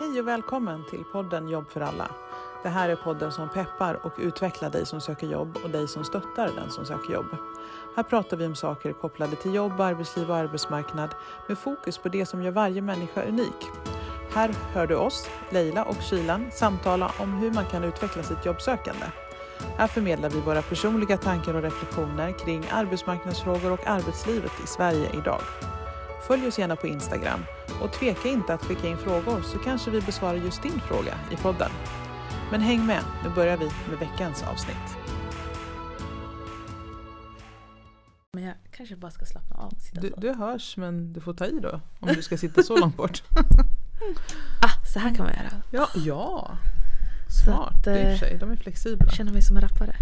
Hej och välkommen till podden Jobb för alla. Det här är podden som peppar och utvecklar dig som söker jobb och dig som stöttar den som söker jobb. Här pratar vi om saker kopplade till jobb, arbetsliv och arbetsmarknad med fokus på det som gör varje människa unik. Här hör du oss, Leila och Kylan, samtala om hur man kan utveckla sitt jobbsökande. Här förmedlar vi våra personliga tankar och reflektioner kring arbetsmarknadsfrågor och arbetslivet i Sverige idag. Följ oss gärna på Instagram och tveka inte att skicka in frågor så kanske vi besvarar just din fråga i podden. Men häng med, nu börjar vi med veckans avsnitt. Men jag kanske bara ska slappna av. Du hörs, men du får ta i då om du ska sitta så långt bort. Så här kan man göra. Ja. Smart, att, det är i och för sig. De är flexibla. Jag känner mig som en rappare.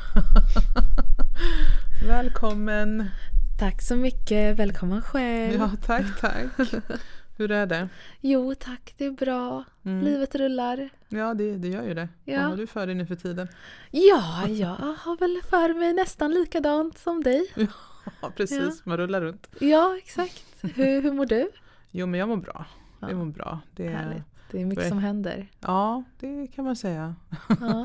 Välkommen. Tack så mycket. Välkommen själv. Ja, tack. Hur är det? Jo, tack. Det är bra. Livet rullar. Ja, det gör ju det. Ja. Vad har du för dig nu för tiden? Ja, jag har väl för mig nästan likadant som dig. Ja, precis. Man rullar runt. Ja, exakt. Hur mår du? Jo, men jag mår bra. Ja. Jag mår bra. Härligt. Det är mycket som händer. Ja, det kan man säga. Ja.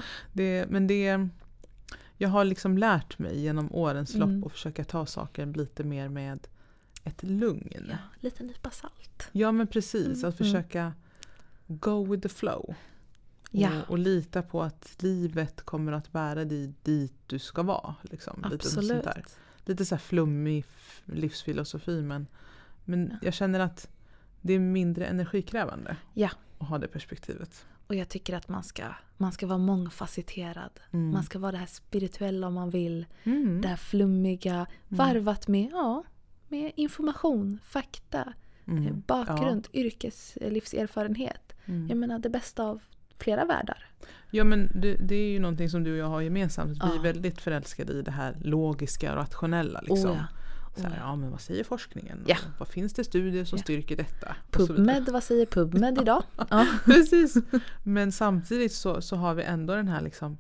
Jag har liksom lärt mig genom årens lopp att försöka ta saker lite mer med ett lugn. Ja, lite nypa salt. Ja, men precis. Att försöka go with the flow. Ja. Och lita på att livet kommer att bära dig dit du ska vara. Liksom. Absolut. Lite, sånt där. Lite så här flummig livsfilosofi. Men jag känner att det är mindre energikrävande att ha det perspektivet. Och jag tycker att man ska vara mångfacetterad. Man ska vara det här spirituella om man vill. Det här flummiga. Varvat med information, fakta, bakgrund, livserfarenhet. Jag menar det bästa av flera världar. Ja, men det är ju någonting som du och jag har gemensamt. Vi är väldigt förälskade i det här logiska och rationella. Liksom. Men vad säger forskningen? Ja. Vad finns det studier som styrker detta? PubMed, vad säger PubMed idag? Ja. Precis. Men samtidigt så har vi ändå den här liksom,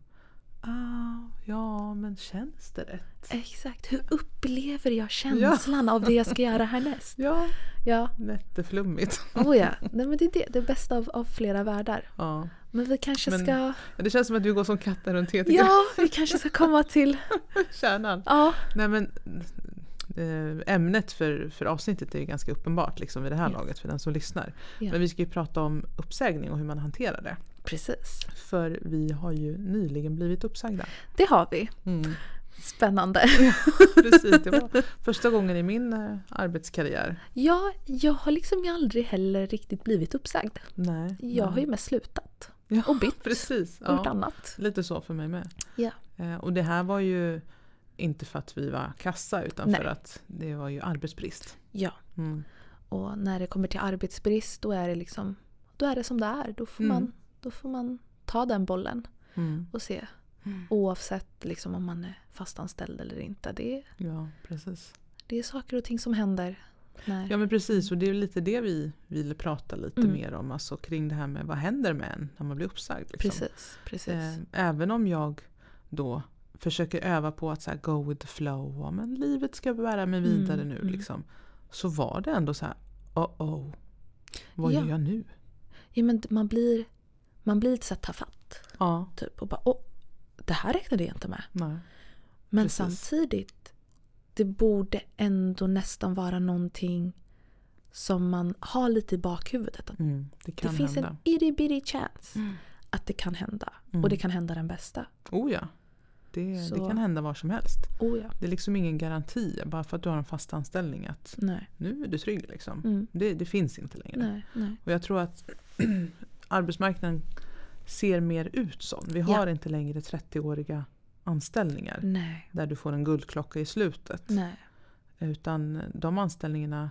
men känns det rätt? Exakt. Hur upplever jag känslan av det jag ska göra härnäst? Ja. Jätteflummigt. Nej, men det är bästa av flera världar. Ja. Men vi kanske ska... Det känns som att du går som katten runt het. Ja, vi kanske ska komma till... kärnan. Ja. Nej, men ämnet för avsnittet är ju ganska uppenbart liksom vid det här laget för den som lyssnar. Ja. Men vi ska ju prata om uppsägning och hur man hanterar det. Precis. För vi har ju nyligen blivit uppsagda. Det har vi. Spännande. Precis, det var första gången i min arbetskarriär. Ja, jag har liksom aldrig heller riktigt blivit uppsagd. Nej. Jag har ju mest slutat. Och bytt. Precis. Och gjort annat. Lite så för mig med. Ja. Och det här var ju inte för att vi var kassa utan för att det var ju arbetsbrist. Ja. Och när det kommer till arbetsbrist då är det liksom, då är det som det är. Då får man ta den bollen och se. Oavsett liksom om man är fastanställd eller inte. Precis. Det är saker och ting som händer. Ja, men precis. Och det är lite det vi vill prata lite mer om. Alltså kring det här med vad händer med en när man blir uppsagd. Liksom. Precis. Även om jag då försöker öva på att så här, go with the flow. Men livet ska bära mig vidare nu. Liksom. Så var det ändå så här, vad gör jag nu? Ja, men man blir lite så här tafatt. Ja. Typ, och bara, det här räknade jag inte med. Nej. Men Precis. samtidigt, det borde ändå nästan vara någonting som man har lite i bakhuvudet. Att det finns en itty-bitty chance att det kan hända. Och det kan hända den bästa. Oh ja. Det kan hända var som helst. Oh ja. Det är liksom ingen garanti bara för att du har en fast anställning att nu är du trygg. Liksom. Det finns inte längre. Nej. Och jag tror att arbetsmarknaden ser mer ut som. Vi har inte längre 30-åriga anställningar där du får en guldklocka i slutet. Nej. Utan de anställningarna,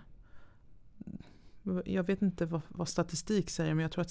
jag vet inte vad statistik säger, men jag tror att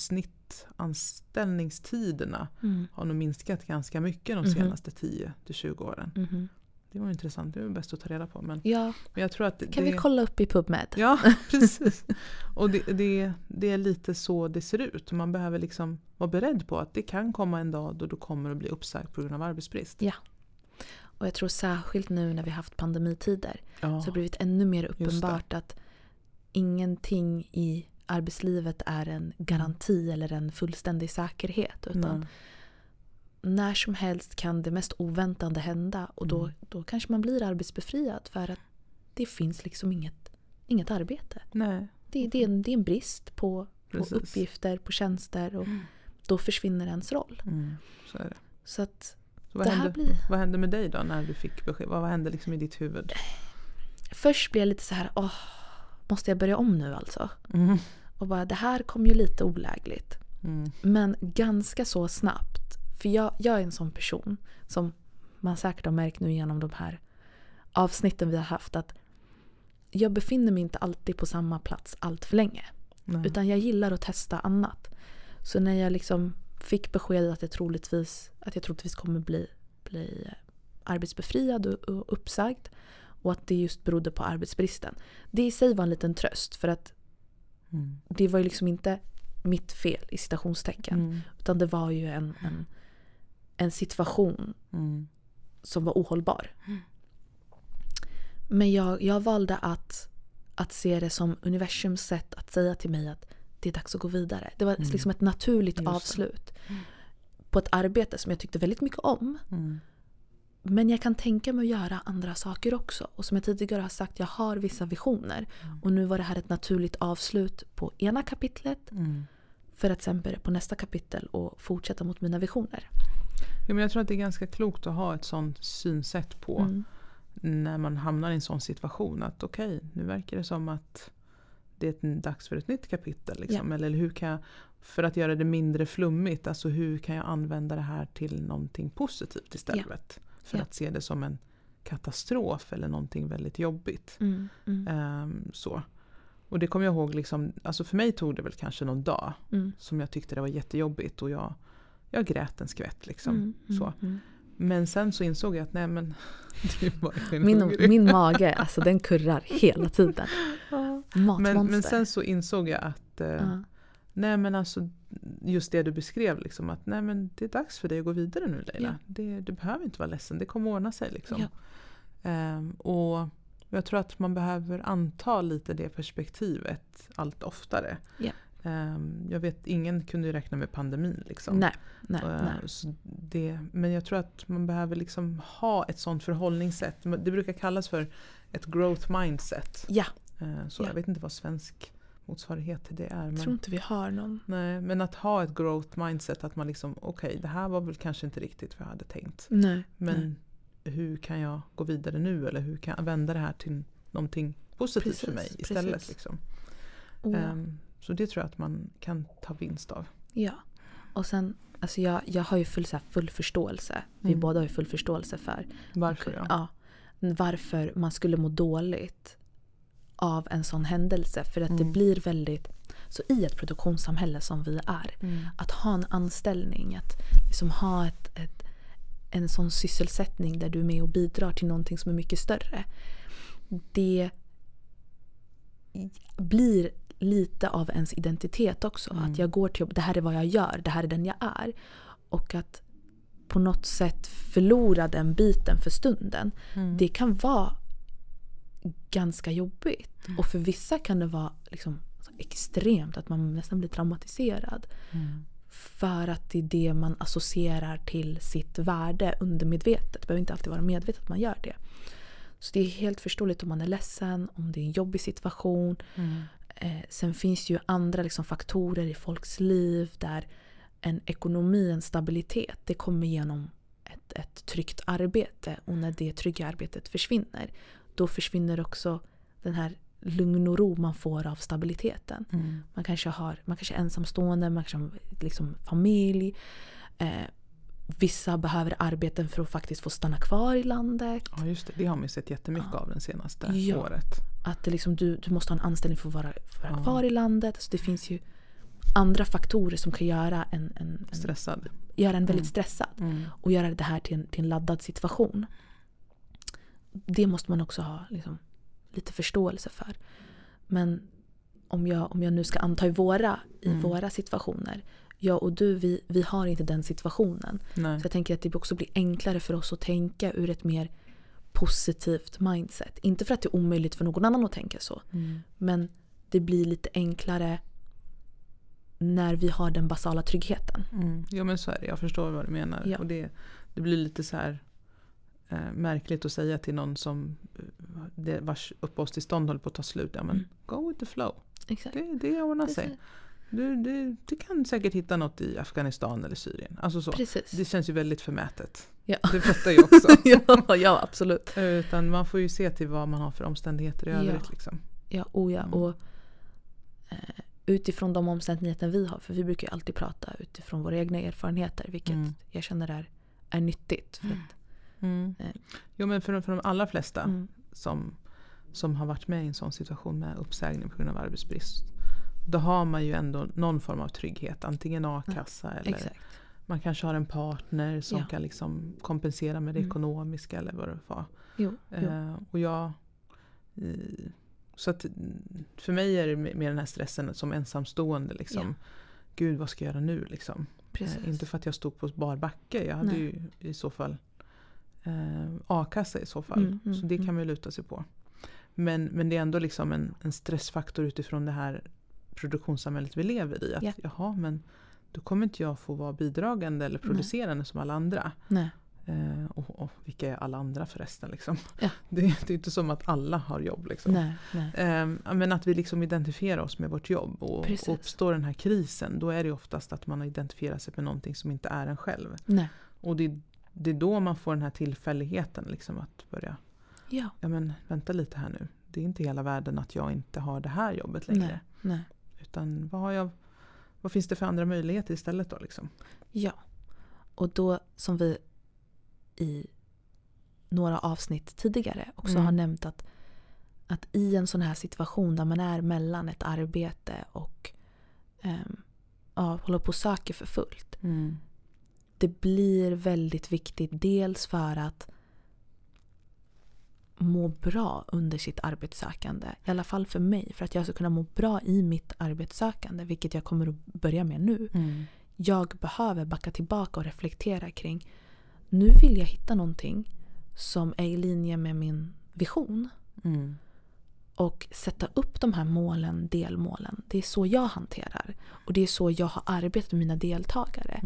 snittanställningstiderna har nog minskat ganska mycket de senaste 10-20 åren. Det var intressant, det är bäst att ta reda på. Men jag tror att kan vi kolla upp i PubMed? Ja, precis. Och det är lite så det ser ut. Man behöver liksom vara beredd på att det kan komma en dag då du kommer att bli uppsagd på grund av arbetsbrist. Ja. Och jag tror särskilt nu när vi haft pandemitider så har det blivit ännu mer uppenbart att ingenting i arbetslivet är en garanti eller en fullständig säkerhet. Utan när som helst kan det mest oväntande hända. Och då kanske man blir arbetsbefriad för att det finns liksom inget arbete. Nej. Det är en brist på uppgifter, på tjänster, och då försvinner ens roll. Så är det. Så att vad hände med dig då när du fick besked? Vad hände liksom i ditt huvud? Först blev jag lite så här, måste jag börja om nu alltså? Och bara, det här kom ju lite olägligt. Men ganska så snabbt. För jag är en sån person som man säkert har märkt nu genom de här avsnitten vi har haft, att jag befinner mig inte alltid på samma plats allt för länge. Nej. Utan jag gillar att testa annat. Så när jag liksom fick beskedet att jag troligtvis kommer bli arbetsbefriad och uppsagd, och att det just berodde på arbetsbristen. Det i sig var en liten tröst, för att det var ju liksom inte mitt fel i citationstecken, utan det var ju en situation som var ohållbar. Men jag valde att se det som universums sätt att säga till mig att det är dags att gå vidare. Det var liksom ett naturligt avslut på ett arbete som jag tyckte väldigt mycket om. Men jag kan tänka mig att göra andra saker också. Och som jag tidigare har sagt, jag har vissa visioner. Och nu var det här ett naturligt avslut på ena kapitlet. För att sen börja på nästa kapitel och fortsätta mot mina visioner. Ja, men jag tror att det är ganska klokt att ha ett sånt synsätt på när man hamnar i en sån situation. Att okej, nu verkar det som att det är dags för ett nytt kapitel. Liksom. Eller hur kan jag, för att göra det mindre flummigt, alltså hur kan jag använda det här till någonting positivt istället? För att se det som en katastrof eller någonting väldigt jobbigt. Så. Och det kommer jag ihåg, liksom, alltså för mig tog det väl kanske någon dag som jag tyckte det var jättejobbigt, och jag grät en skvätt. Liksom, så. Men sen så insåg jag att nej, men min mage, alltså den kurrar hela tiden. Men sen så insåg jag att nej, men alltså just det du beskrev, liksom, att nej, men det är dags för dig att gå vidare nu, Leila. Du behöver inte vara ledsen, det kommer ordna sig liksom. Och jag tror att man behöver anta lite det perspektivet allt oftare. Jag vet, ingen kunde ju räkna med pandemin liksom. Nej. Så men jag tror att man behöver liksom ha ett sånt förhållningssätt. Det brukar kallas för ett growth mindset. Så jag vet inte vad svensk motsvarighet till det är. Jag tror inte vi har någon. Nej, men att ha ett growth mindset, att man liksom, okej, det här var väl kanske inte riktigt vad jag hade tänkt. Men hur kan jag gå vidare nu? Eller hur kan jag vända det här till någonting positivt för mig istället? Liksom. Så det tror jag att man kan ta vinst av. Ja, och sen, alltså jag har ju full förståelse. Vi båda har ju full förståelse för varför man skulle må dåligt av en sån händelse. För att det blir väldigt, så i ett produktionssamhälle som vi är, att ha en anställning, att liksom ha en sån sysselsättning där du är med och bidrar till någonting som är mycket större, det blir lite av ens identitet också. Att jag går till jobb, det här är vad jag gör, det här är den jag är. Och att på något sätt förlora den biten för stunden, det kan vara ganska jobbigt. Och för vissa kan det vara liksom extremt, att man nästan blir traumatiserad. För att det är det man associerar till sitt värde undermedvetet. Det behöver inte alltid vara medvetet att man gör det. Så det är helt förståeligt om man är ledsen, om det är en jobbig situation. Sen finns ju andra liksom faktorer i folks liv där en ekonomi, en stabilitet, det kommer genom ett tryggt arbete. Och när det trygga arbetet försvinner, då försvinner också den här lugn och ro man får av stabiliteten. Man kanske är ensamstående, man kanske har liksom familj. Vissa behöver arbeten för att faktiskt få stanna kvar i landet. Ja, just det. Det har man sett jättemycket av den senaste året. Att det liksom, du måste ha en anställning för att vara kvar i landet. Så det finns ju andra faktorer som kan göra en stressad. Göra en väldigt stressad. Och göra det här till en laddad situation. Det måste man också ha liksom lite förståelse för. Men om jag nu ska anta i våra situationer, jag och du, vi har inte den situationen. Nej. Så jag tänker att det också blir enklare för oss att tänka ur ett mer positivt mindset. Inte för att det är omöjligt för någon annan att tänka så. Men det blir lite enklare när vi har den basala tryggheten. Ja, men så är det. Jag förstår vad du menar. Ja. Och det blir lite så här märkligt att säga till någon som vars uppehållstillstånd håller på att ta slut. Ja, men go with the flow. Exakt. Det ordnar sig. Du kan säkert hitta något i Afghanistan eller Syrien. Alltså så. Precis. Det känns ju väldigt förmätet. Ja. Det fattar jag också. Ja, absolut. Utan man får ju se till vad man har för omständigheter i övrigt. Liksom. Ja, och utifrån de omständigheter vi har, för vi brukar ju alltid prata utifrån våra egna erfarenheter, vilket jag känner är nyttigt. För att, Jo, men för de allra flesta som har varit med i en sån situation med uppsägning på grund av arbetsbrist, då har man ju ändå någon form av trygghet, antingen a-kassa eller man kanske har en partner som kan liksom kompensera med det ekonomiska eller vad det var. Och jag så att för mig är det med den här stressen som ensamstående liksom. Gud, vad ska jag göra nu liksom? Inte för att jag stod på bar backe. Jag hade ju i så fall a-kassa i så fall. Så det kan man ju luta sig på. Men det är ändå liksom en stressfaktor utifrån det här produktionssamhället vi lever i. Att jaha, men då kommer inte jag få vara bidragande eller producerande som alla andra. Nej. Och vilka är alla andra förresten liksom. Det är inte som att alla har jobb liksom. Nej. Men att vi liksom identifierar oss med vårt jobb och uppstår den här krisen, då är det oftast att man identifierar sig med någonting som inte är en själv. Nej. Och det är då man får den här tillfälligheten liksom, att börja ja, men vänta lite här nu. Det är inte hela världen att jag inte har det här jobbet längre. Nej. Utan vad finns det för andra möjligheter istället då liksom? Ja. Och då som vi i några avsnitt tidigare också har nämnt att i en sån här situation där man är mellan ett arbete och håller på och söker för fullt. Det blir väldigt viktigt dels för att må bra under sitt arbetssökande. I alla fall för mig. För att jag ska kunna må bra i mitt arbetssökande. Vilket jag kommer att börja med nu. Jag behöver backa tillbaka och reflektera kring. Nu vill jag hitta någonting som är i linje med min vision. Och sätta upp de här målen, delmålen. Det är så jag hanterar. Och det är så jag har arbetat med mina deltagare.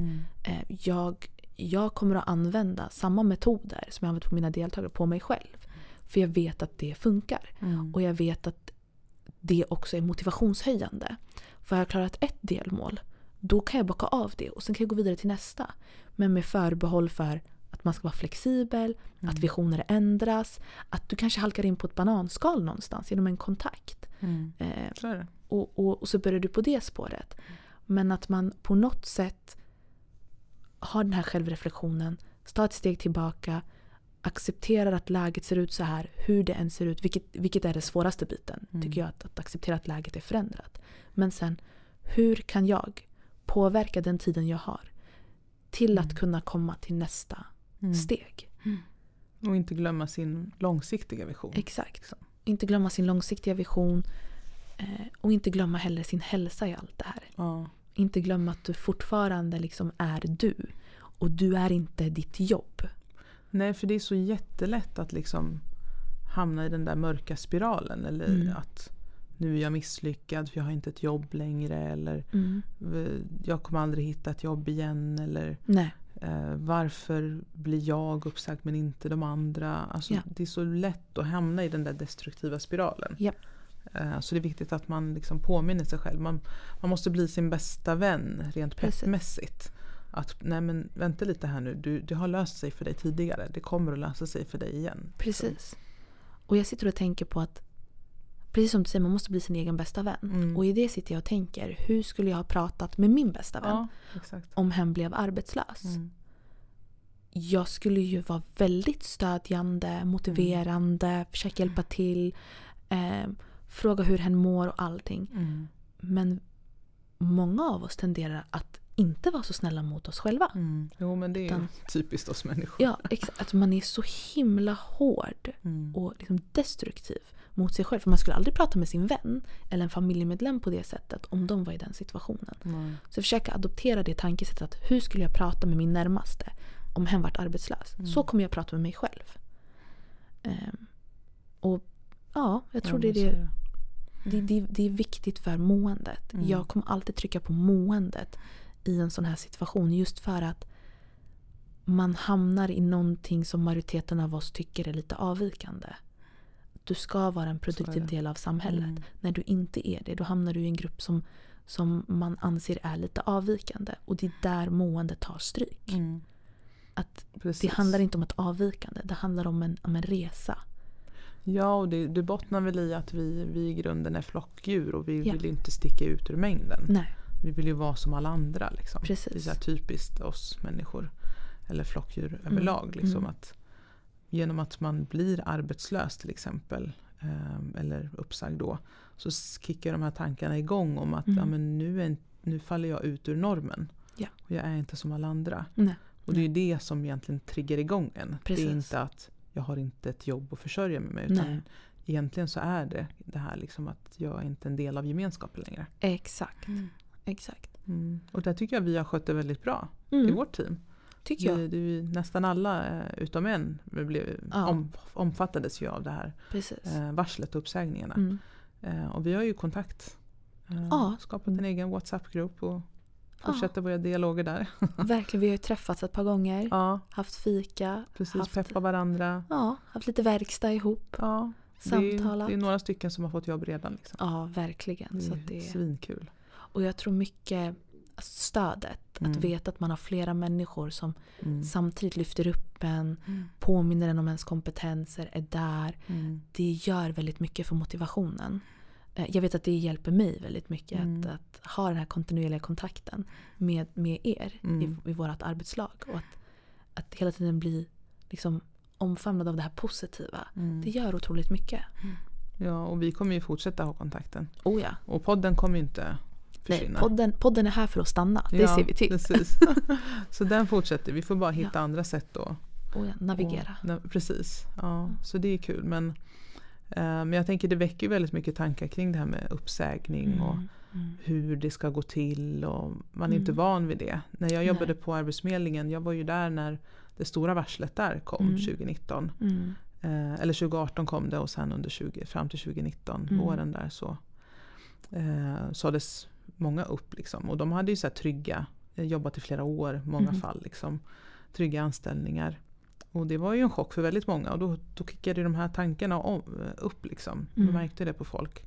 Jag kommer att använda samma metoder som jag använt på mina deltagare på mig själv. För jag vet att det funkar. Och jag vet att det också är motivationshöjande. För jag har klarat ett delmål, då kan jag bocka av det. Och sen kan jag gå vidare till nästa. Men med förbehåll för att man ska vara flexibel. Att visioner ändras. Att du kanske halkar in på ett bananskal någonstans genom en kontakt. Så är det. Och så börjar du på det spåret. Men att man på något sätt har den här självreflektionen. Tar ett steg tillbaka. Accepterar att läget ser ut så här, hur det än ser ut, vilket är det svåraste biten, tycker jag, att acceptera att läget är förändrat. Men sen, hur kan jag påverka den tiden jag har till att kunna komma till nästa steg? Och inte glömma sin långsiktiga vision. Exakt. Så. Inte glömma sin långsiktiga vision och inte glömma heller sin hälsa i allt det här. Inte glömma att du fortfarande liksom är du och du är inte ditt jobb. Nej, för det är så jättelätt att liksom hamna i den där mörka spiralen. Eller att nu är jag misslyckad för jag har inte ett jobb längre. Eller jag kommer aldrig hitta ett jobb igen. Eller varför blir jag uppsagd men inte de andra. Alltså, det är så lätt att hamna i den där destruktiva spiralen. Så det är viktigt att man liksom påminner sig själv. Man måste bli sin bästa vän rent peppmässigt. Att nej, men vänta lite här nu, det har löst sig för dig tidigare, det kommer att lösa sig för dig igen. Precis. Och jag sitter och tänker på att precis som du säger, man måste bli sin egen bästa vän. Och i det sitter jag och tänker, hur skulle jag ha pratat med min bästa vän om hen blev arbetslös? Jag skulle ju vara väldigt stödjande, motiverande, försöka hjälpa till, fråga hur hen mår och allting. Men många av oss tenderar att inte vara så snälla mot oss själva. Jo, men det är ju typiskt oss människor. Ja, exakt. Att man är så himla hård och liksom destruktiv mot sig själv. För man skulle aldrig prata med sin vän eller en familjemedlem på det sättet om de var i den situationen. Så försöka adoptera det tankesättet att hur skulle jag prata med min närmaste om hen varit arbetslös? Så kommer jag prata med mig själv. Och ja, jag tror det är det. Det är viktigt för måendet. Jag kommer alltid trycka på måendet i en sån här situation, just för att man hamnar i någonting som majoriteten av oss tycker är lite avvikande. Du ska vara en produktiv del av samhället. När du inte är det, då hamnar du i en grupp som man anser är lite avvikande. Och det är där måendet tar stryk. Att det handlar inte om ett avvikande, det handlar om en resa. Ja, och det bottnar väl i att vi i grunden är flockdjur och vi vill inte sticka ut ur mängden. Nej. Vi vill ju vara som alla andra. Liksom. Precis. Det är så här typiskt oss människor eller flockdjur överlag. Liksom, att genom att man blir arbetslös till exempel eller uppsagd då, så kickar de här tankarna igång om att ja, men nu faller jag ut ur normen. Ja. Och jag är inte som alla andra. Nej. Och det är ju det som egentligen triggar igång en. Precis. Det är inte att jag har inte ett jobb att försörja mig med, utan egentligen så är det här liksom att jag är inte en del av gemenskapen längre. Exakt. Exakt. Och där tycker jag vi har skött det väldigt bra i vårt team. Tycker jag. Vi nästan alla utom en omfattades ju av det här varslet och uppsägningarna. Och vi har ju kontakt. Skapat en egen WhatsApp-grupp och fortsätter våra dialoger där. Verkligen, vi har ju träffats ett par gånger. Haft fika. Precis, peppa varandra. Haft lite verkstad ihop. Samtalat. Det är några stycken som har fått jobb redan. Liksom. Ja, verkligen. Det är, så att det är svinkul. Och jag tror mycket stödet. Att veta att man har flera människor som samtidigt lyfter upp en, påminner en om ens kompetenser, är där. Det gör väldigt mycket för motivationen. Jag vet att det hjälper mig väldigt mycket att ha den här kontinuerliga kontakten med er i vårt arbetslag. Och att hela tiden bli liksom omfamnad av det här positiva. Det gör otroligt mycket. Ja, och vi kommer ju fortsätta ha kontakten. Oh ja. Och podden kommer ju inte försvinna. Nej, podden är här för att stanna. Det ser vi till. Precis. Så den fortsätter. Vi får bara hitta andra sätt då. Navigera. Precis. Ja, så det är kul. Men jag tänker det väcker väldigt mycket tankar kring det här med uppsägning och hur det ska gå till. Och man är inte van vid det. När jag jobbade på Arbetsförmedlingen, jag var ju där när det stora varslet där kom 2019. Eller 2018 kom det och sen fram till 2019, våren där, så sades många upp. Liksom. Och de hade ju så här trygga, jobbat i flera år, många fall. Liksom, trygga anställningar. Och det var ju en chock för väldigt många. Och då kickade de här tankarna upp. Liksom. Man märkte det på folk.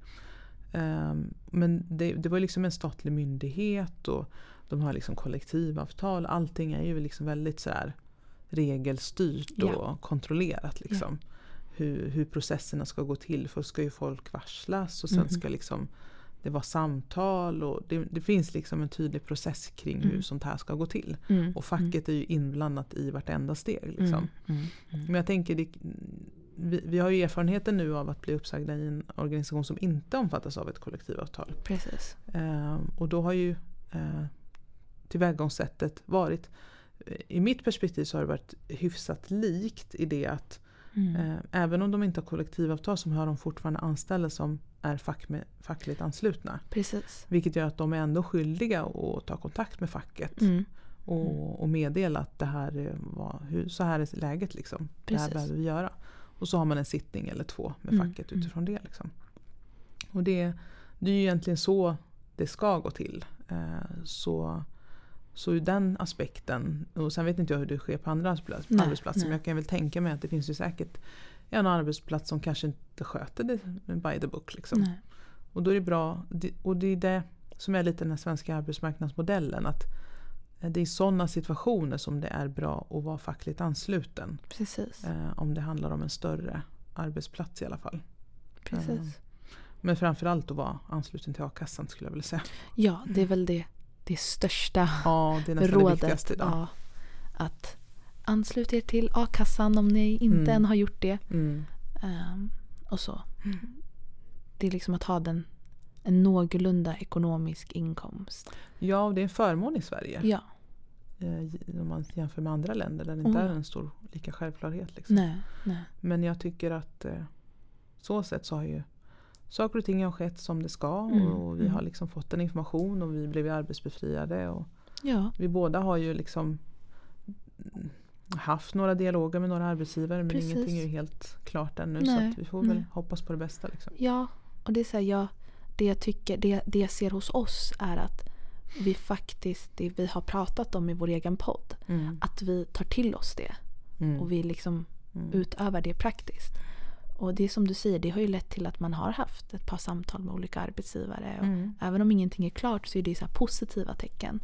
Men det var liksom en statlig myndighet. Och de har liksom kollektivavtal. Allting är ju liksom väldigt så här regelstyrt och kontrollerat. Liksom. Hur processerna ska gå till. Först ska ju folk varslas. Och sen ska liksom det vara samtal. Och det finns liksom en tydlig process kring hur sånt här ska gå till. Och facket är ju inblandat i vartenda steg. Liksom. Men jag tänker, vi har ju erfarenheten nu av att bli uppsagda i en organisation som inte omfattas av ett kollektivavtal. Precis. Och då har ju tillvägagångssättet varit, i mitt perspektiv så har det varit hyfsat likt i det att även om de inte har kollektivavtal så har de fortfarande anställda som är fackligt anslutna. Precis. Vilket gör att de är ändå skyldiga att ta kontakt med facket och meddela att det här så här är läget. Liksom. Det här behöver vi göra. Och så har man en sittning eller två med facket utifrån det. Liksom. Och det är ju egentligen så det ska gå till. Så ur den aspekten, och sen vet inte jag hur det sker på andra arbetsplatser, men jag kan väl tänka mig att det finns ju säkert en arbetsplats som kanske inte sköter det by the book. Liksom. Och då är det bra, och det är det som är lite den här svenska arbetsmarknadsmodellen, att det är sådana situationer som det är bra att vara fackligt ansluten. Precis. Om det handlar om en större arbetsplats i alla fall. Precis. Men framförallt att vara ansluten till a-kassan skulle jag vilja säga. Ja, det är väl det största det är nästan rådet. Det viktigaste idag. Ja, att ansluta er till a-kassan om ni inte än har gjort det. Och så. Det är liksom att ha en någorlunda ekonomisk inkomst. Ja, det är en förmån i Sverige. Ja. Om man jämför med andra länder där det inte är en stor lika självklarhet. Liksom. Nej. Men jag tycker att så sätt så har ju saker och ting har skett som det ska. Och vi har liksom fått en information och vi blev arbetsbefriade. Och vi båda har ju liksom haft några dialoger med några arbetsgivare. Men ingenting är ju helt klart ännu. Så att vi får väl hoppas på det bästa. Liksom. Ja, och det är så här, det jag tycker, det jag ser hos oss är att vi faktiskt, det vi har pratat om i vår egen podd, att vi tar till oss det och vi liksom utövar det praktiskt. Och det som du säger, det har ju lett till att man har haft ett par samtal med olika arbetsgivare. Och även om ingenting är klart så är det så här positiva tecken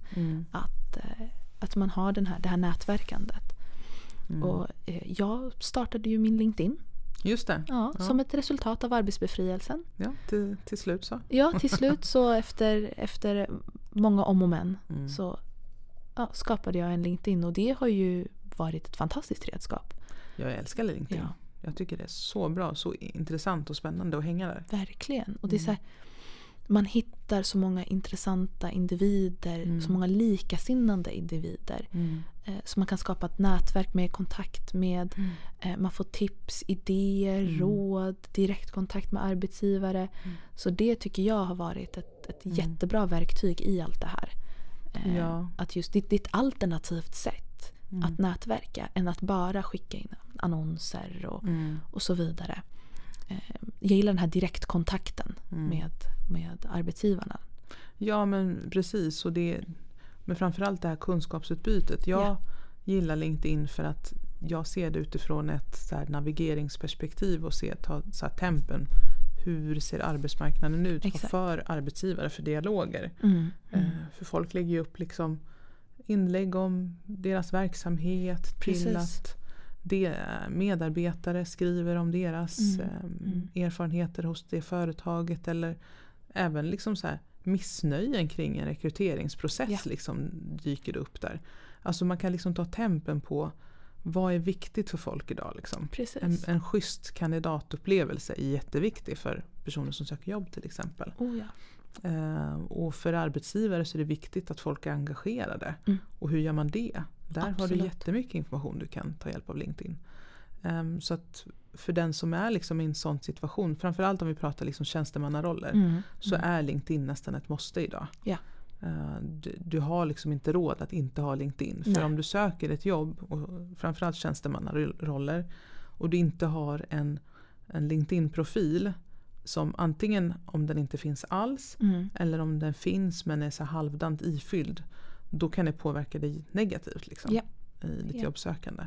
att man har det här nätverkandet. Och jag startade ju min LinkedIn. Just det. Ja, som ett resultat av arbetsbefrielsen. Ja, till slut så. Ja, till slut så efter många om och men så skapade jag en LinkedIn. Och det har ju varit ett fantastiskt redskap. Jag älskar LinkedIn. Ja. Jag tycker det är så bra, så intressant och spännande att hänga där. Verkligen. Och det är så här, man hittar så många intressanta individer, så många likasinnande individer. Så man kan skapa ett nätverk med kontakt med. Man får tips, idéer, råd, direktkontakt med arbetsgivare. Så det tycker jag har varit ett jättebra verktyg i allt det här. Att just det är ett alternativt sätt att nätverka än att bara skicka in annonser och så vidare. Jag gillar den här direktkontakten med arbetsgivarna. Ja, men precis. Och men framförallt det här kunskapsutbytet. Jag gillar LinkedIn för att jag ser det utifrån ett så här navigeringsperspektiv och ta så här tempen. Hur ser arbetsmarknaden ut? Vad för arbetsgivare för dialoger? För folk lägger ju upp liksom inlägg om deras verksamhet till att medarbetare skriver om deras erfarenheter hos det företaget, eller även liksom så här missnöjen kring en rekryteringsprocess liksom dyker upp där. Alltså man kan liksom ta tempen på vad är viktigt för folk idag liksom. En schysst kandidatupplevelse är jätteviktig för personer som söker jobb till exempel. Och för arbetsgivare så är det viktigt att folk är engagerade. Och hur gör man det? Där har du jättemycket information du kan ta hjälp av LinkedIn. Så att för den som är liksom i en sån situation, framförallt om vi pratar liksom tjänstemannaroller, så är LinkedIn nästan ett måste idag. Du har liksom inte råd att inte ha LinkedIn. För om du söker ett jobb, och framförallt tjänstemannaroller, och du inte har en LinkedIn-profil som antingen, om den inte finns alls, eller om den finns men är så halvdant ifylld, då kan det påverka dig negativt liksom, i ditt jobbsökande.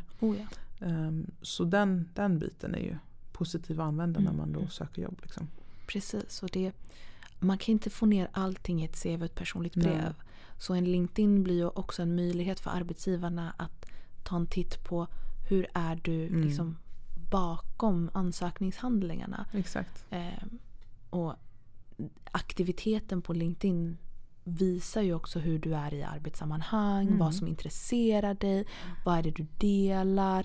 Så den biten är ju positiv att använda när man då söker jobb. Liksom. Precis, och man kan inte få ner allting i ett CV, ett personligt brev. Så en LinkedIn blir ju också en möjlighet för arbetsgivarna att ta en titt på hur är du liksom bakom ansökningshandlingarna. Exakt. Och aktiviteten på LinkedIn visar ju också hur du är i arbetssammanhang, vad som intresserar dig, vad är det du delar,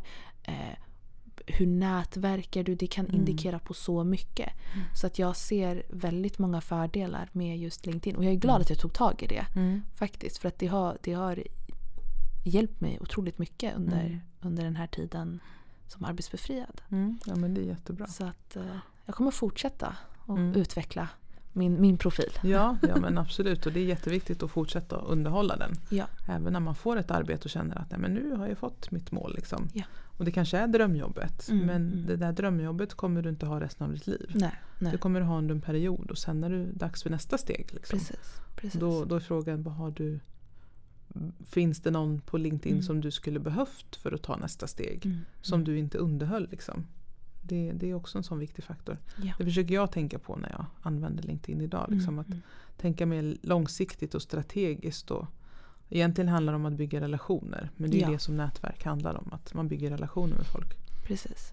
hur nätverkar du, det kan indikera på så mycket. Så att jag ser väldigt många fördelar med just LinkedIn, och jag är glad att jag tog tag i det faktiskt, för att det har hjälpt mig otroligt mycket under den här tiden som arbetsbefriad. Ja, men det är jättebra. Så att jag kommer fortsätta och utveckla min profil. Ja, men absolut. Och det är jätteviktigt att fortsätta underhålla den. Även när man får ett arbete och känner att nej, men nu har jag fått mitt mål. Liksom. Och det kanske är drömjobbet. Men det där drömjobbet kommer du inte ha resten av ditt liv. Nej. Det kommer du ha under en period. Och sen är det dags för nästa steg. Liksom. Precis. Då är frågan, finns det någon på LinkedIn som du skulle behövt för att ta nästa steg? Som du inte underhöll liksom. Det är också en sån viktig faktor. Det försöker jag tänka på när jag använder LinkedIn idag. Liksom, att tänka mer långsiktigt och strategiskt. Och egentligen handlar det om att bygga relationer. Men det är det som nätverk handlar om. Att man bygger relationer med folk. Precis.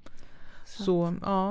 Så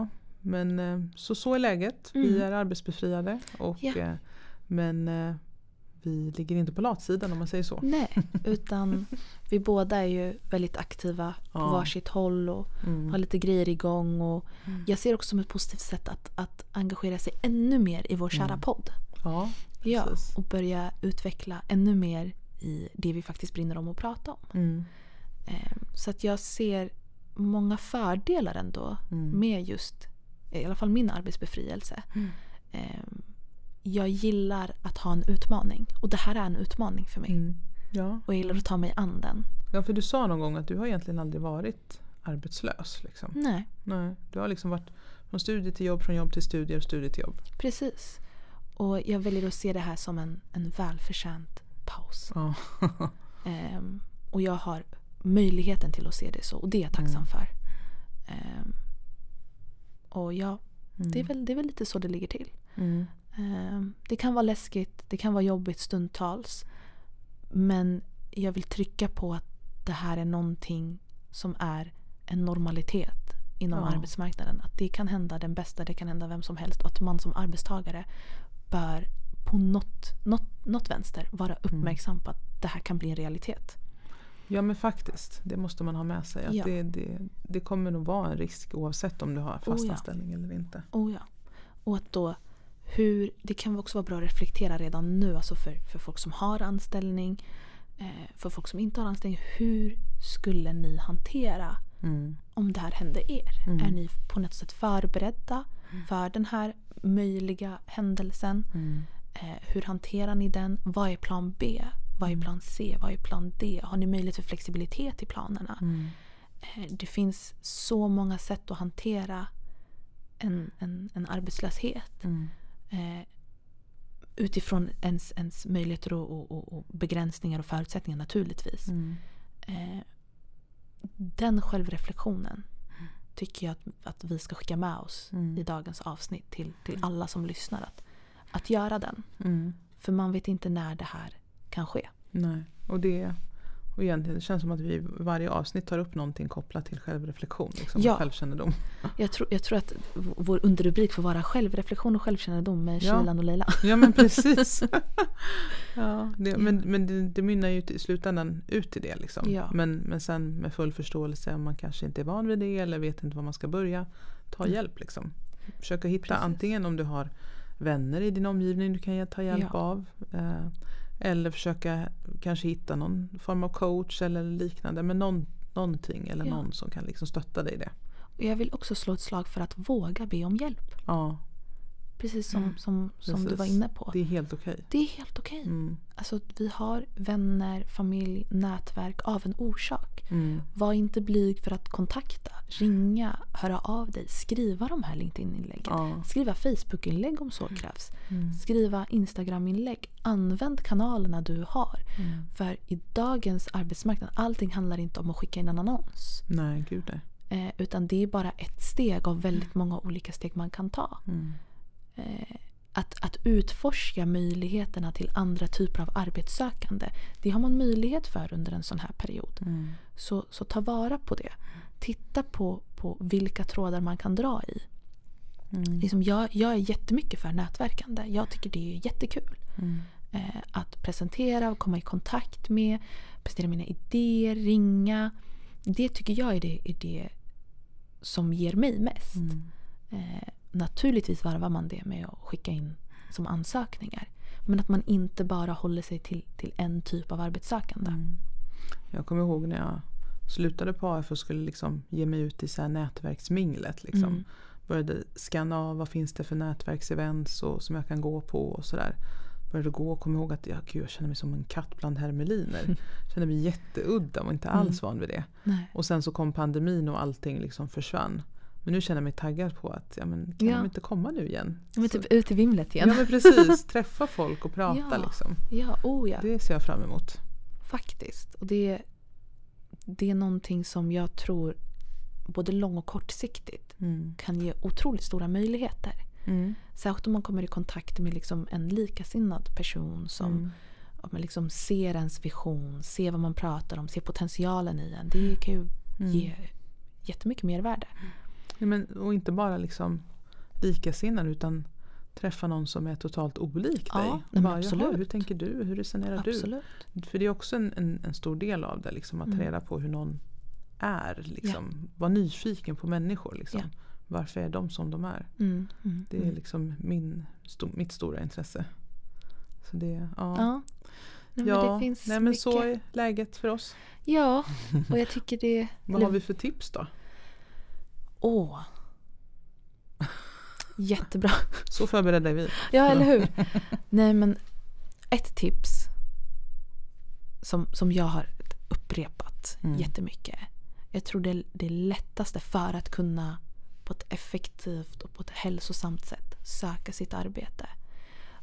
är läget. Vi är arbetsbefriade. Men vi ligger inte på latsidan om man säger så. Nej, utan vi båda är ju väldigt aktiva på varsitt håll och har lite grejer igång. Och jag ser också som ett positivt sätt att engagera sig ännu mer i vår kära podd. Ja, och börja utveckla ännu mer i det vi faktiskt brinner om att prata om. Så att jag ser många fördelar ändå med just, i alla fall min arbetsbefrielse. Jag gillar att ha en utmaning. Och det här är en utmaning för mig. Och jag gillar att ta mig an den. Ja, för du sa någon gång att du har egentligen aldrig varit arbetslös. Liksom. Nej. Du har liksom varit från studie till jobb, från jobb till studier och studie till jobb. Precis. Och jag väljer att se det här som en välförtjänt paus. Och jag har möjligheten till att se det så. Och det är jag tacksam för. Och ja, det är väl lite så det ligger till. Det kan vara läskigt, det kan vara jobbigt stundtals. Men jag vill trycka på att det här är någonting som är en normalitet inom arbetsmarknaden. Att det kan hända den bästa, det kan hända vem som helst. Och att man som arbetstagare bör på något vänster vara uppmärksam på att det här kan bli en realitet. Ja, men faktiskt. Det måste man ha med sig. Att det kommer nog vara en risk oavsett om du har fastanställning eller inte. Och att då det kan också vara bra att reflektera redan nu, alltså för folk som har anställning, för folk som inte har anställning. Hur skulle ni hantera om det här hände er? Är ni på något sätt förberedda för den här möjliga händelsen? Hur hanterar ni den? Vad är plan B? Vad är plan C? Vad är plan D? Har ni möjlighet för flexibilitet i planerna? Det finns så många sätt att hantera en arbetslöshet. Utifrån ens möjligheter och begränsningar och förutsättningar naturligtvis. Den självreflektionen tycker jag att vi ska skicka med oss i dagens avsnitt till alla som lyssnar. Att göra den. För man vet inte när det här kan ske. Nej, och egentligen det känns som att vi i varje avsnitt tar upp någonting kopplat till självreflektion, liksom, och självkännedom. Jag tror att vår underrubrik får vara självreflektion och självkännedom med Shilan och Leila. Ja, men precis. Men det mynnar ju i slutändan ut i det. Liksom. Ja. Men sen med full förståelse om man kanske inte är van vid det eller vet inte var man ska börja, ta hjälp. Liksom. Försöka hitta antingen om du har vänner i din omgivning du kan ta hjälp av. Eller försöka kanske hitta någon form av coach eller liknande. Men någonting eller någon som kan liksom stötta dig i det. Och jag vill också slå ett slag för att våga be om hjälp. Ja. Precis som du var inne på. Det är helt okej. Det är helt okej. Alltså vi har vänner, familj, nätverk av en orsak. Var inte blyg för att kontakta, ringa, höra av dig, skriva de här LinkedIn-inläggen. Skriva Facebook-inlägg om så krävs. Skriva Instagram-inlägg. Använd kanalerna du har. För i dagens arbetsmarknad, allting handlar inte om att skicka in en annons. Nej, gud nej. Utan det är bara ett steg av väldigt många olika steg man kan ta. Att utforska möjligheterna till andra typer av arbetssökande, det har man möjlighet för under en sån här period. Så ta vara på det. Titta på vilka trådar man kan dra i. Liksom jag är jättemycket för nätverkande. Jag tycker det är jättekul. Att presentera och komma i kontakt med, presentera mina idéer, ringa. Det tycker jag är det som ger mig mest. Naturligtvis varvar man det med att skicka in som ansökningar. Men att man inte bara håller sig till en typ av arbetssökande. Jag kommer ihåg när jag slutade på AF och skulle liksom ge mig ut i så här nätverksminglet. Liksom. Började scanna av vad finns det för nätverksevents och som jag kan gå på och sådär. Började gå och kom ihåg att jag känner mig som en katt bland hermeliner. Kände mig jätteudda och inte alls van vid det. Nej. Och sen så kom pandemin och allting liksom försvann. Men nu känner jag mig taggad på att kan de inte komma nu igen? Men typ ut i vimlet igen. Ja, men precis. Träffa folk och prata liksom. Ja. Det ser jag fram emot. Faktiskt. Och det är någonting som jag tror både lång- och kortsiktigt kan ge otroligt stora möjligheter. Särskilt om man kommer i kontakt med liksom en likasinnad person som man liksom ser ens vision, ser vad man pratar om, ser potentialen i en. Det kan ju ge jättemycket mervärde. Ja, och inte bara liksom likasinnad utan träffa någon som är totalt olik dig. Absolut. Hur tänker du? Hur resonerar du? För det är också en stor del av det. Liksom, att ta reda på hur någon är. Liksom. Var nyfiken på människor. Liksom. Varför är de som de är? Det är liksom mitt stora intresse. Så det, men det finns men så är läget för oss. Ja, och jag tycker det... Vad har vi för tips då? Jättebra. Så förberedda är vi. Ja, eller hur? Nej, men ett tips som jag har upprepat jättemycket. Jag tror det lättaste för att kunna på ett effektivt och på ett hälsosamt sätt söka sitt arbete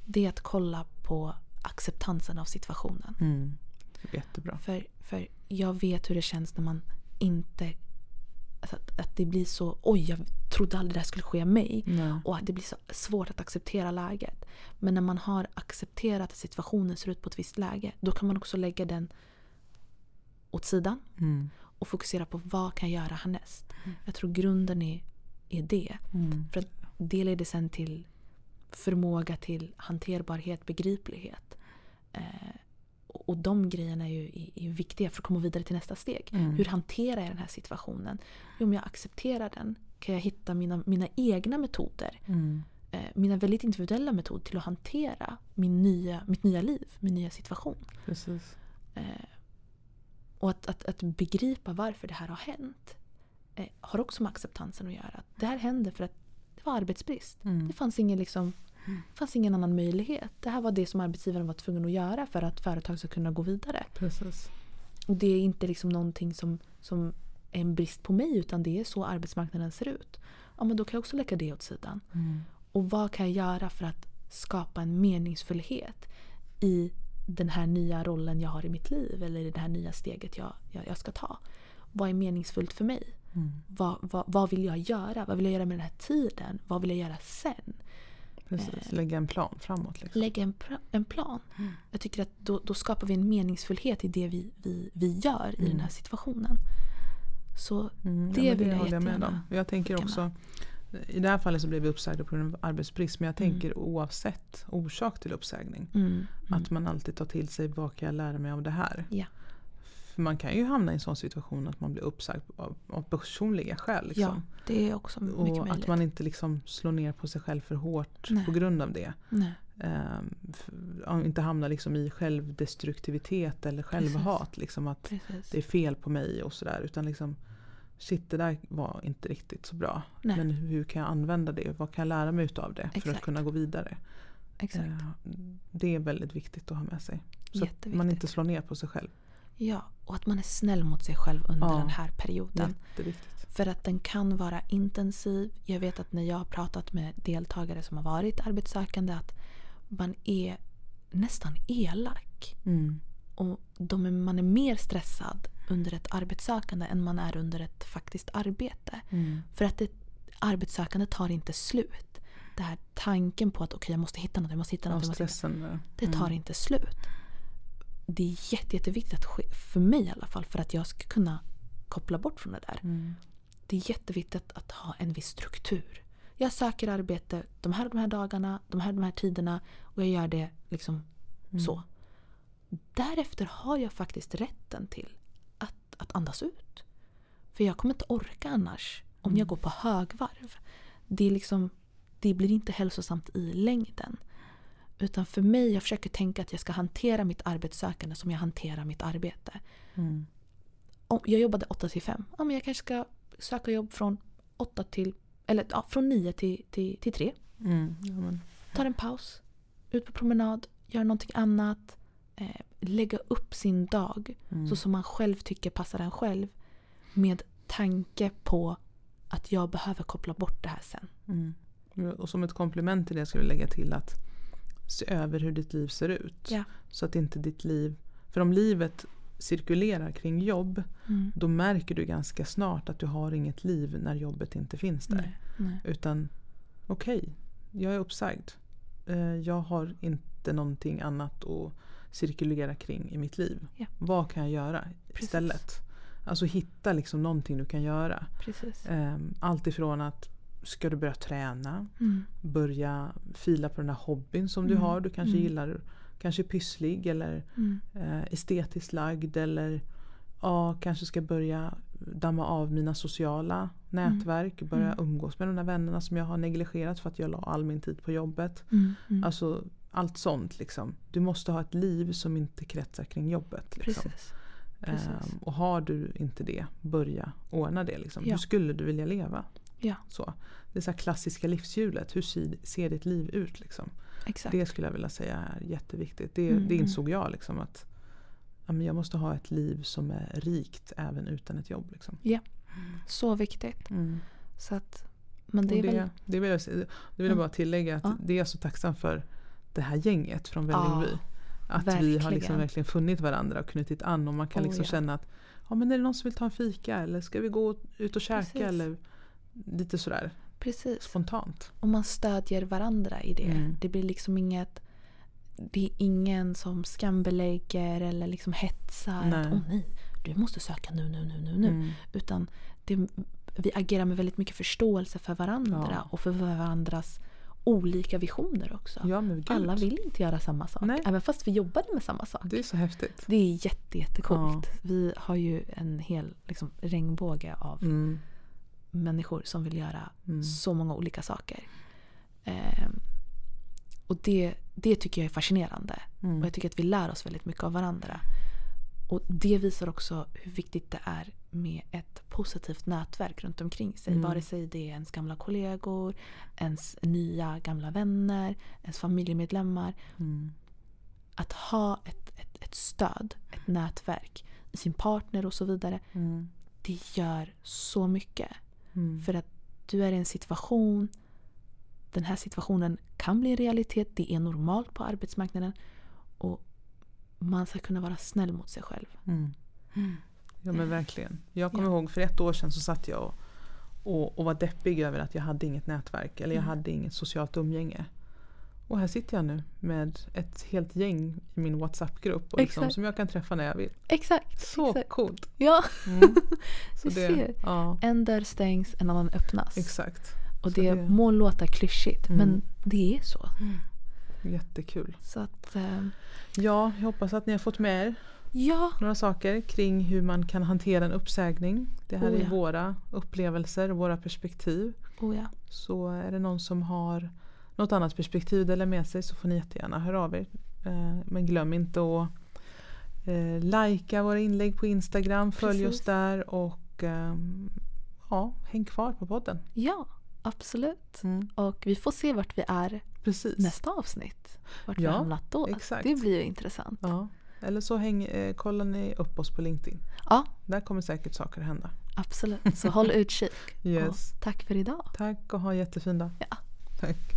det är att kolla på acceptansen av situationen. Jättebra. För jag vet hur det känns när man inte... Att det blir så... Oj, jag trodde aldrig det här skulle ske mig. Och att det blir så svårt att acceptera läget. Men när man har accepterat att situationen ser ut på ett visst läge, då kan man också lägga den åt sidan. Och fokusera på vad kan jag göra härnäst. Jag tror grunden är det. För att det leder sen till förmåga till hanterbarhet, begriplighet. Och de grejerna är viktiga för att komma vidare till nästa steg. Hur hanterar jag den här situationen? Om jag accepterar den kan jag hitta mina egna metoder. Mina väldigt individuella metoder till att hantera mitt nya liv, min nya situation. Precis. Och att begripa varför det här har hänt har också med acceptansen att göra. Det här hände för att det var arbetsbrist. Det fanns ingen annan möjlighet. Det här var det som arbetsgivaren var tvungen att göra för att företag ska kunna gå vidare. Precis. Och det är inte någonting som är en brist på mig, utan det är så arbetsmarknaden ser ut. Ja, men då kan jag också lägga det åt sidan. Och vad kan jag göra för att skapa en meningsfullhet i den här nya rollen jag har i mitt liv, eller i det här nya steget jag ska ta? Vad är meningsfullt för mig? Vad vill jag göra? Vad vill jag göra med den här tiden? Vad vill jag göra sen? Precis, lägga en plan framåt. Liksom. Lägga en plan. Jag tycker att då skapar vi en meningsfullhet i det vi gör i den här situationen. Så det vill jag håller med om. Jag tänker också, i det här fallet så blev vi uppsagda på grund av arbetsbrist, men jag tänker oavsett orsak till uppsägning, att man alltid tar till sig, vad kan jag lära mig av det här? Ja. För man kan ju hamna i en sån situation att man blir uppsagd av personliga skäl. Liksom. Ja, det är också mycket möjligt. Och att man inte liksom slår ner på sig själv för hårt på grund av det. Inte hamna liksom i självdestruktivitet eller självhat. Liksom, att det är fel på mig och sådär. Utan liksom, shit, det där var inte riktigt så bra. Men hur kan jag använda det? Vad kan jag lära mig av det för att kunna gå vidare? Det är väldigt viktigt att ha med sig. Så att man inte slår ner på sig själv. Ja, och att man är snäll mot sig själv under den här perioden. Jätteviktigt. För att den kan vara intensiv. Jag vet att när jag har pratat med deltagare som har varit arbetssökande, att man är nästan elak. Och man är mer stressad under ett arbetssökande än man är under ett faktiskt arbete. För att arbetssökande tar inte slut. Det här tanken på att jag måste hitta något, det tar inte slut. Det är jätteviktigt att för mig i alla fall, för att jag ska kunna koppla bort från det där. Det är jätteviktigt att ha en viss struktur. Jag söker arbete de här dagarna, de här tiderna, och jag gör det liksom så. Därefter har jag faktiskt rätten till att andas ut. För jag kommer inte orka annars om jag går på högvarv. Det blir inte hälsosamt i längden. Utan för mig, jag försöker tänka att jag ska hantera mitt arbetssökande som jag hanterar mitt arbete. Om jag jobbade 8-5. Ja, men jag kanske ska söka jobb från 9 till 3. Tar en paus. Ut på promenad. Gör någonting annat. Lägga upp sin dag. Så som man själv tycker passar en själv. Med tanke på att jag behöver koppla bort det här sen. Och som ett komplement till det ska vi lägga till att se över hur ditt liv ser ut. Så att inte ditt liv... För om livet cirkulerar kring jobb, då märker du ganska snart att du har inget liv när jobbet inte finns där. Utan okej, jag är uppsagd. Jag har inte någonting annat att cirkulera kring i mitt liv. Vad kan jag göra istället? Alltså hitta liksom någonting du kan göra. Allt ifrån att ska du börja träna, börja fila på den här hobbyn som du har. Du kanske gillar, kanske pysslig eller estetiskt lagd, eller kanske ska börja damma av mina sociala nätverk, börja umgås med de där vännerna som jag har negligerat för att jag la all min tid på jobbet. Alltså allt sånt liksom. Du måste ha ett liv som inte kretsar kring jobbet liksom. Och har du inte det, börja ordna det liksom. Hur skulle du vilja leva? Så. Det är så här klassiska livshjulet. Hur ser ditt liv ut liksom? Det skulle jag vilja säga är jätteviktigt. Det insåg jag liksom, att jag måste ha ett liv som är rikt även utan ett jobb liksom. Så viktigt. Så att, men det vill jag bara tillägga att det är jag så tacksam för det här gänget från Vällingby. Att vi har liksom verkligen funnit varandra och knutit an. Och man kan liksom känna att men är det någon som vill ta en fika? Eller ska vi gå ut och käka? Eller lite sådär. Precis. Spontant. Och man stödjer varandra i det. Det blir liksom inget... Det är ingen som skambelägger eller liksom hetsar. Att, nej, du måste söka nu. Utan vi agerar med väldigt mycket förståelse för varandra. Och för varandras olika visioner också. Ja, men alla vill inte göra samma sak. Nej. Även fast vi jobbade med samma sak. Det är så häftigt. Det är jättecoolt. Vi har ju en hel liksom, regnbåge av människor som vill göra så många olika saker. Och det tycker jag är fascinerande. Och jag tycker att vi lär oss väldigt mycket av varandra. Och det visar också hur viktigt det är med ett positivt nätverk runt omkring sig. Vare sig det är ens gamla kollegor, ens nya gamla vänner, ens familjemedlemmar. Att ha ett stöd, ett nätverk i sin partner och så vidare. Det gör så mycket. För att du är i en situation, den här situationen kan bli en realitet, det är normalt på arbetsmarknaden och man ska kunna vara snäll mot sig själv. Ja, men verkligen. Jag kommer ihåg för 1 år sedan så satt jag och var deppig över att jag hade inget nätverk eller jag hade inget socialt umgänge. Och här sitter jag nu med ett helt gäng i min WhatsApp-grupp och liksom, som jag kan träffa när jag vill. Exakt. Så coolt. Ja. Så du ser. En dörr stängs, en annan öppnas. Exakt. Och det må låta klyschigt, men det är så. Jättekul. Så att, jag hoppas att ni har fått med er några saker kring hur man kan hantera en uppsägning. Det här är våra upplevelser, våra perspektiv. Så är det någon som har något annat perspektiv att dela med sig så får ni jättegärna höra av er. Men glöm inte att likea våra inlägg på Instagram. Följ oss där och häng kvar på podden. Ja, absolut. Och vi får se vart vi är nästa avsnitt. Vart vi har hamnat då. Exakt. Det blir ju intressant. Ja. Eller så kollar ni upp oss på LinkedIn. Ja. Där kommer säkert saker att hända. Absolut, så håll utkik. Yes. Tack för idag. Tack och ha en jättefin dag. Ja. Tack.